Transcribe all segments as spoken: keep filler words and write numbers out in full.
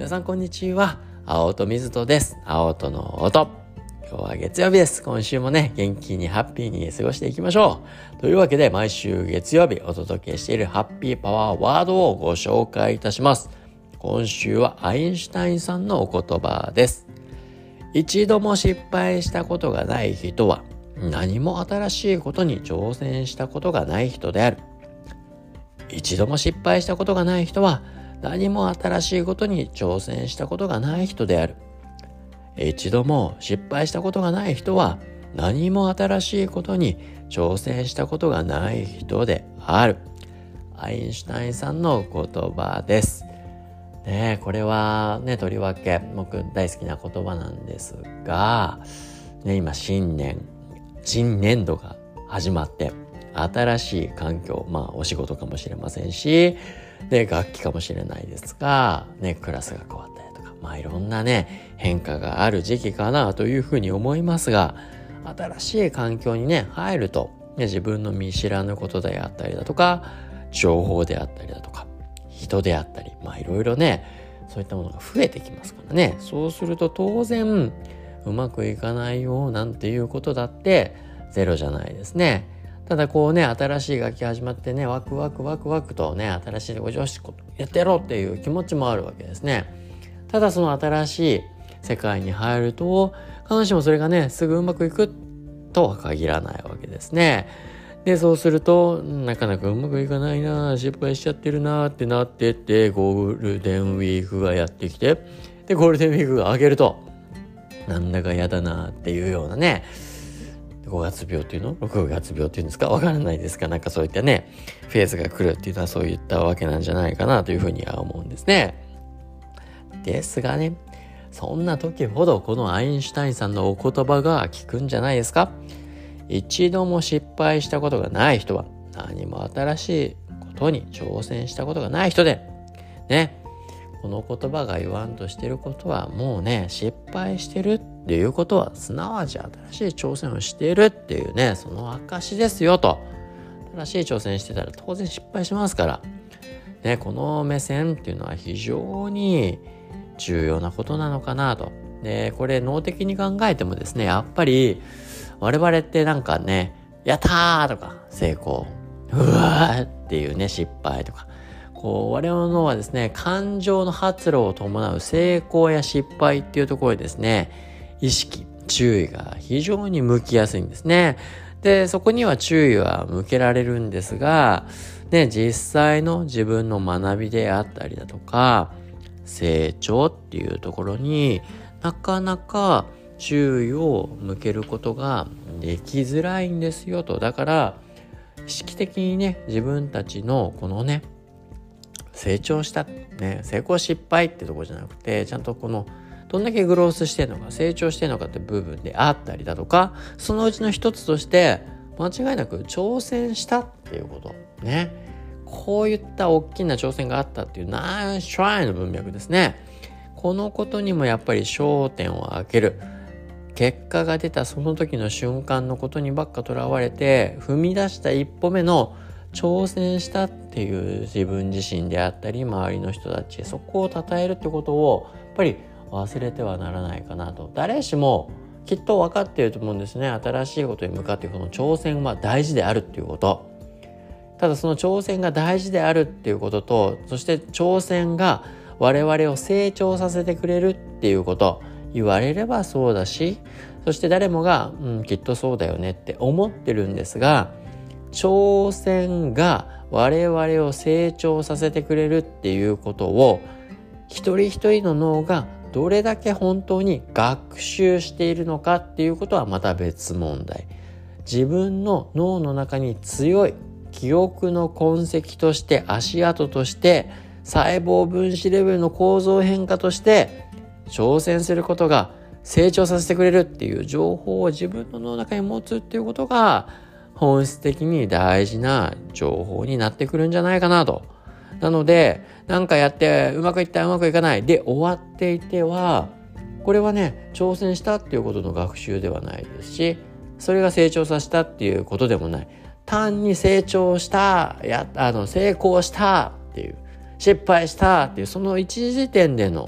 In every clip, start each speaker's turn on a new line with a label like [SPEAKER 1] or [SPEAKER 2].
[SPEAKER 1] 皆さんこんにちは。青と水とです。青との音。今日は月曜日です。今週もね、元気にハッピーに過ごしていきましょう。というわけで、毎週月曜日お届けしているハッピーパワーワードをご紹介いたします。今週はアインシュタインさんのお言葉です。一度も失敗したことがない人は、何も新しいことに挑戦したことがない人である。一度も失敗したことがない人は、何も新しいことに挑戦したことがない人である。一度も失敗したことがない人は、何も新しいことに挑戦したことがない人である。アインシュタインさんの言葉です。ねえ、これはね、とりわけ僕大好きな言葉なんですが、ね、今新年、新年度が始まって、新しい環境、まあお仕事かもしれませんし、で楽器かもしれないですが、ね、クラスが変わったりとか、まあいろんなね変化がある時期かなというふうに思いますが、新しい環境にね入ると、ね、自分の見知らぬことであったりだとか、情報であったりだとか、人であったり、まあいろいろねそういったものが増えてきますからね。そうすると当然うまくいかないよなんていうことだってゼロじゃないですね。ただこうね、新しい楽器始まってね、ワクワクワクワクとね、新しいご上司やってやろうっていう気持ちもあるわけですね。ただその新しい世界に入ると、必ずしもそれがね、すぐうまくいくとは限らないわけですね。で、そうすると、なかなかうまくいかないな、失敗しちゃってるなってなってって、ゴールデンウィークがやってきて、で、ゴールデンウィークが明けると、なんだかやだなっていうようなね、ごがつ病っていうの ?ろくがつ病っていうんですか、わからないですか。なんかそういったね、フェーズが来るっていうのはそういったわけなんじゃないかなというふうには思うんですね。ですがね、そんな時ほどこのアインシュタインさんのお言葉が効くんじゃないですか。一度も失敗したことがない人は、何も新しいことに挑戦したことがない人で、ね、この言葉が言わんとしていることは、もうね、失敗してるっていうことは、すなわち新しい挑戦をしているっていうね、その証ですよと。新しい挑戦してたら当然失敗しますから、ね、この目線っていうのは非常に重要なことなのかなと。で、これ脳的に考えてもですね、やっぱり我々ってなんかね、やったーとか成功、うわーっていうね、失敗とか、こう我々の脳はですね、感情の発露を伴う成功や失敗っていうところでですね、意識、注意が非常に向きやすいんですね。で、そこには注意は向けられるんですが、ね、実際の自分の学びであったりだとか、成長っていうところになかなか注意を向けることができづらいんですよと。だから意識的にね、自分たちのこのね、成長した、ね、成功失敗ってところじゃなくて、ちゃんとこのどんだけグロースしてるのか、成長してるのかって部分であったりだとか、そのうちの一つとして間違いなく挑戦したっていうことね。こういった大きな挑戦があったっていうナイストライの文脈ですね。このことにもやっぱり焦点を当てる。結果が出たその時の瞬間のことにばっかとらわれて、踏み出した一歩目の挑戦したっていう自分自身であったり、周りの人たち、そこを称えるってことをやっぱり忘れてはならないかなと。誰しもきっと分かっていると思うんですね。新しいことに向かってこの挑戦は大事であるっていうこと。ただその挑戦が大事であるっていうことと、そして挑戦が我々を成長させてくれるっていうこと、言われればそうだし、そして誰もが、うん、きっとそうだよねって思ってるんですが、挑戦が我々を成長させてくれるっていうことを、一人一人の脳がどれだけ本当に学習しているのかっていうことはまた別問題。自分の脳の中に強い記憶の痕跡として、足跡として、細胞分子レベルの構造変化として挑戦することが成長させてくれるっていう情報を自分の脳の中に持つっていうことが本質的に大事な情報になってくるんじゃないかなと。なので、なんかやってうまくいったうまくいかないで終わっていては、これはね、挑戦したっていうことの学習ではないですし、それが成長させたっていうことでもない。単に成長した、やあの成功したっていう、失敗したっていう、その一時点での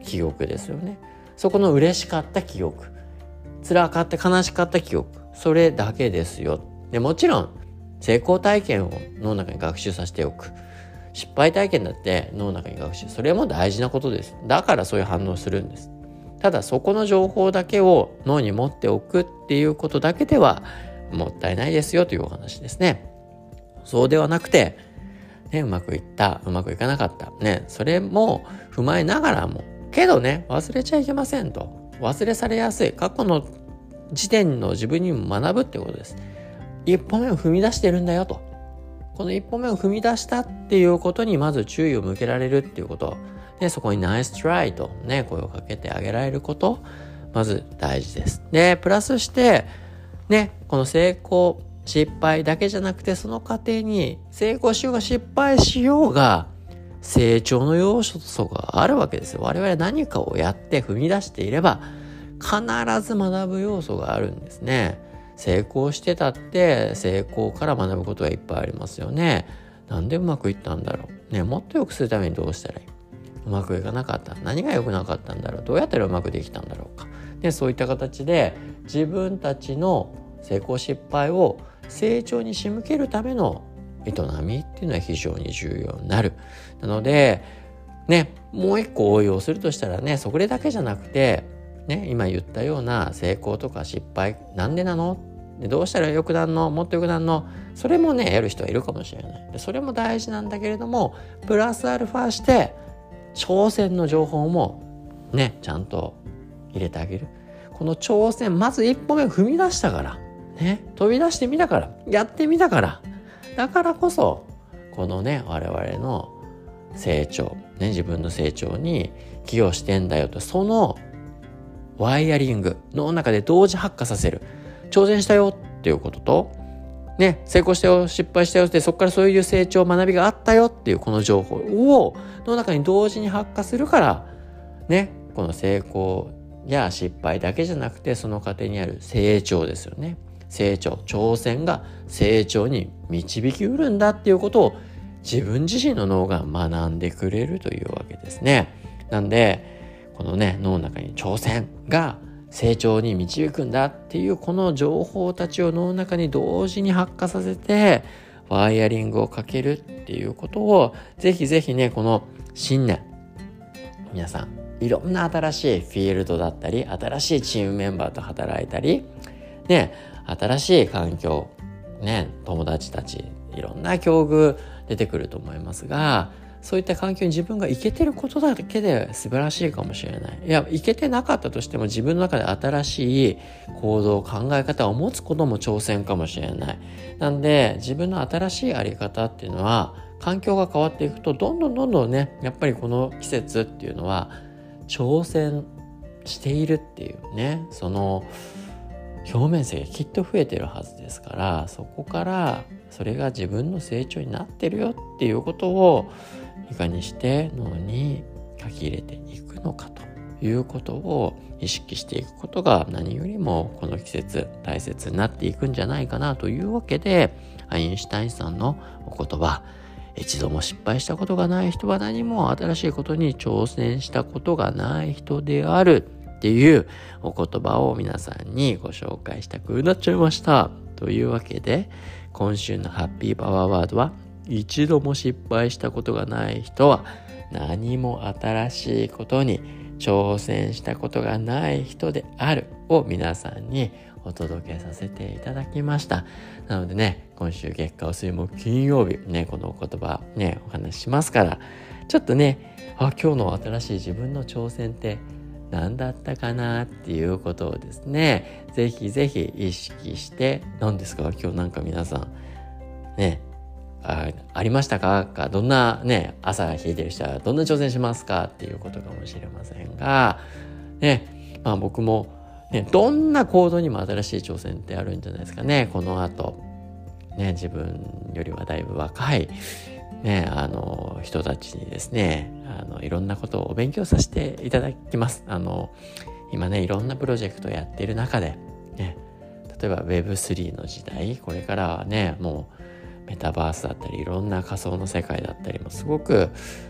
[SPEAKER 1] 記憶ですよね。そこの嬉しかった記憶、辛かった悲しかった記憶、それだけですよ。でもちろん成功体験を脳の中に学習させておく、失敗体験だって脳の中に学習、それも大事なことです。だからそういう反応をするんです。ただそこの情報だけを脳に持っておくっていうことだけではもったいないですよというお話ですね。そうではなくて、ね、うまくいった、うまくいかなかった、ね、それも踏まえながらも、けどね、忘れちゃいけませんと。忘れされやすい過去の時点の自分にも学ぶってことです。一歩目を踏み出してるんだよと。この一歩目を踏み出したっていうことにまず注意を向けられるっていうこと。で、そこにナイストライとね、声をかけてあげられること、まず大事です。で、プラスして、ね、この成功、失敗だけじゃなくて、その過程に成功しようが失敗しようが、成長の要素があるわけですよ。我々何かをやって踏み出していれば、必ず学ぶ要素があるんですね。成功してたって成功から学ぶことがいっぱいありますよね。なんでうまくいったんだろう。ね、もっと良くするためにどうしたらいい？うまくいかなかった。何が良くなかったんだろう。どうやったらうまくできたんだろうか。で、そういった形で自分たちの成功失敗を成長に仕向けるための営みっていうのは非常に重要になる。なので、ね、もう一個応用するとしたらね、それだけじゃなくて、ね、今言ったような成功とか失敗、なんでなの？でどうしたらよくなるの？もっとよくなるの？それもね、やる人はいるかもしれない。でそれも大事なんだけれども、プラスアルファして、挑戦の情報もね、ちゃんと入れてあげる。この挑戦、まず一歩目を踏み出したから、ね、飛び出してみたから、やってみたから、だからこそ、このね、我々の成長、ね、自分の成長に寄与してんだよと、そのワイヤリングの中で同時発火させる。挑戦したよっていうことと、ね、成功したよ、失敗したよって、そこからそういう成長、学びがあったよっていうこの情報をの中に同時に発火するから、ね、この成功や失敗だけじゃなくて、その過程にある成長ですよね。成長、挑戦が成長に導きうるんだっていうことを自分自身の脳が学んでくれるというわけですね。なんで、このね、脳の中に挑戦が成長に導くんだっていうこの情報たちを脳の中に同時に発火させてワイヤリングをかけるっていうことをぜひぜひね、この新年皆さんいろんな新しいフィールドだったり新しいチームメンバーと働いたりね、新しい環境ね、友達たちいろんな境遇出てくると思いますが、そういった環境に自分がいけてることだけで素晴らしいかもしれない。いや、いけてなかったとしても自分の中で新しい行動、考え方を持つことも挑戦かもしれない。なんで、自分の新しいあり方っていうのは、環境が変わっていくと、どんどんどんどんね、やっぱりこの季節っていうのは、挑戦しているっていうね、その表面積がきっと増えてるはずですから、そこからそれが自分の成長になってるよっていうことをいかにして脳に書き入れていくのかということを意識していくことが何よりもこの季節大切になっていくんじゃないかなというわけで、アインシュタインさんのお言葉、一度も失敗したことがない人は何も新しいことに挑戦したことがない人であるっていうお言葉を皆さんにご紹介したくなっちゃいました。というわけで、今週のハッピーパワーワードは、一度も失敗したことがない人は何も新しいことに挑戦したことがない人であるを皆さんにお届けさせていただきました。なのでね、今週月火水木金曜日ね、このお言葉ね、お話ししますから、ちょっとね、あ、今日の新しい自分の挑戦って何だったかなっていうことをですね、ぜひぜひ意識して、何ですか今日なんか皆さんね、あ, ありましたかか、どんなね、朝が引いてる人はどんな挑戦しますかっていうことかもしれませんが、ね、まあ僕もね、どんな行動にも新しい挑戦ってあるんじゃないですかね。この後ね、自分よりはだいぶ若いね、あの人たちにですね、あのいろんなことをお勉強させていただきます。あの今ね、いろんなプロジェクトをやっている中で、ね、例えば ウェブスリー の時代、これからはね、もうメタバースだったりいろんな仮想の世界だったりもすごく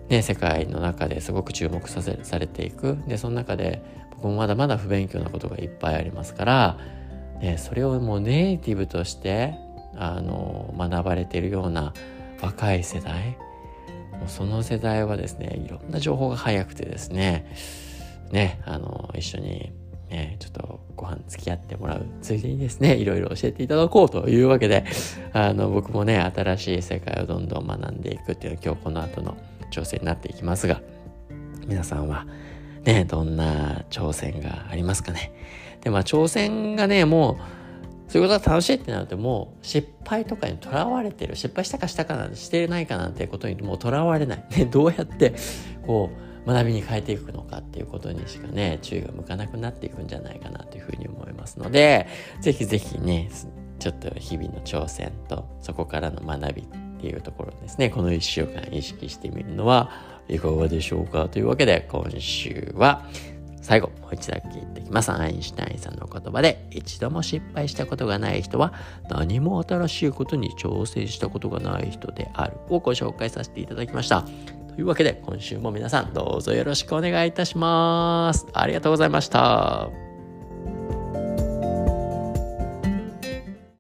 [SPEAKER 1] ね、世界の中ですごく注目させされていく。でその中で僕もまだまだ不勉強なことがいっぱいありますから、ね、それをもうネイティブとしてあの学ばれているような若い世代、もうその世代はですね、いろんな情報が早くてですね、ね、あの一緒に、ね、ちょっとご飯付き合ってもらうついでにですね、いろいろ教えていただこうというわけで、あの僕もね、新しい世界をどんどん学んでいくっていうのは今日この後の挑戦になっていきますが、皆さんはね、どんな挑戦がありますかね。で、まあ挑戦がね、もうそういうことが楽しいってなると、もう失敗とかにとらわれてる、失敗したかしたかなんてしてないかなんてことにもうとらわれない、ね、どうやってこう学びに変えていくのかっていうことにしかね、注意が向かなくなっていくんじゃないかなというふうに思いますので、ぜひぜひね、ちょっと日々の挑戦とそこからの学びっていうところですね、このいっしゅうかん意識してみるのはいかがでしょうか。というわけで今週は最後もう一度聞いていきます。アインシュタインさんの言葉で、一度も失敗したことがない人は何も新しいことに挑戦したことがない人であるをご紹介させていただきました。というわけで今週も皆さんどうぞよろしくお願いいたします。ありがとうございました。